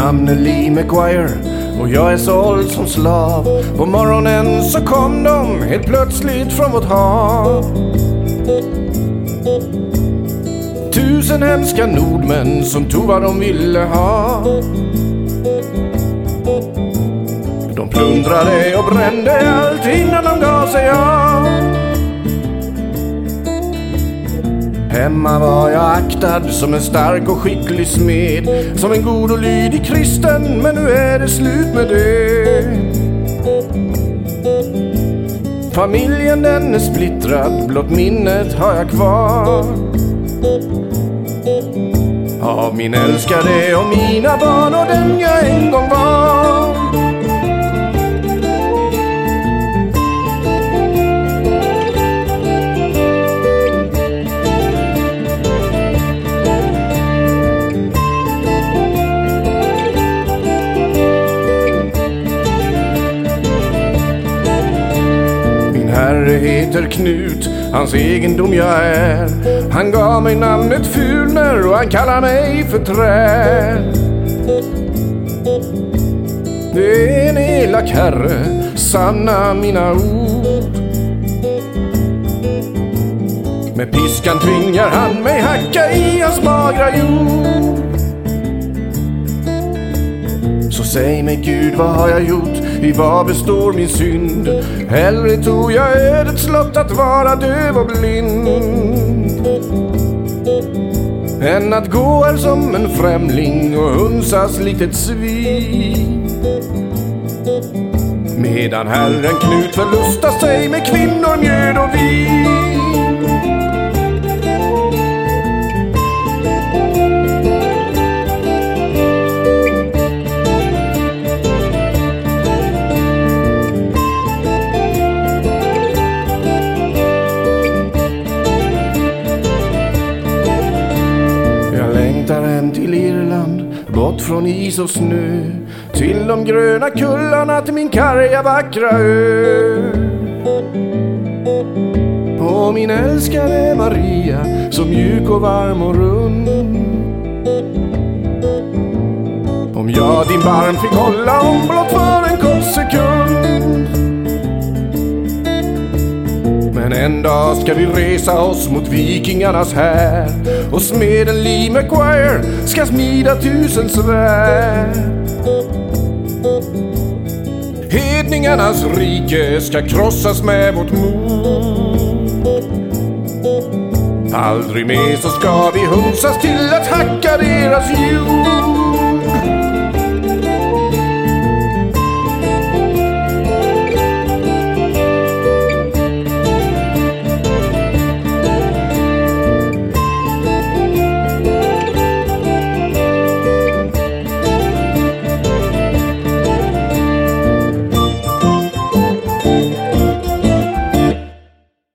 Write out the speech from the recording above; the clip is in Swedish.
namn är Lee McGuire och jag är såld som slav. På morgonen så kom de helt plötsligt från vårt hav. 1000 hemska nordmän som tog vad de ville ha. De plundrade och brände allt innan de gav sig av. Hemma var jag aktad som en stark och skicklig smed, som en god och lydig kristen, men nu är det slut med det. Familjen den är splittrad, blott minnet har jag kvar av min älskade och mina barn och den jag en gång var. Herre heter Knut, hans egendom jag är. Han gav mig namnet Fulner och han kallar mig för Trä. Det är en elak herre, sanna mina ord. Med piskan tvingar han mig hacka i hans magra jord. Så säg mig Gud, vad har jag gjort? I vad består min synd? Hellre tog jag ödets lott att vara döv och blind än att gå här som en främling och hunsas likt ett svin. Medan herren Knut förlustar sig med kvinnor, mjöd och vin. Hem till Irland, bort från is och snö, till de gröna kullarna, till min karga vackra ö. Och min älskade Maria, så mjuk och varm och rund. Om jag din barm fick hålla om blott för en kort sekund. Men en dag ska vi resa oss mot vikingarnas här, och smeden Lee McGuire ska smida 1000 svärd. Hedningarnas rike ska krossas med vårt mod. Aldrig mer så ska vi hunsas till att hacka deras jord.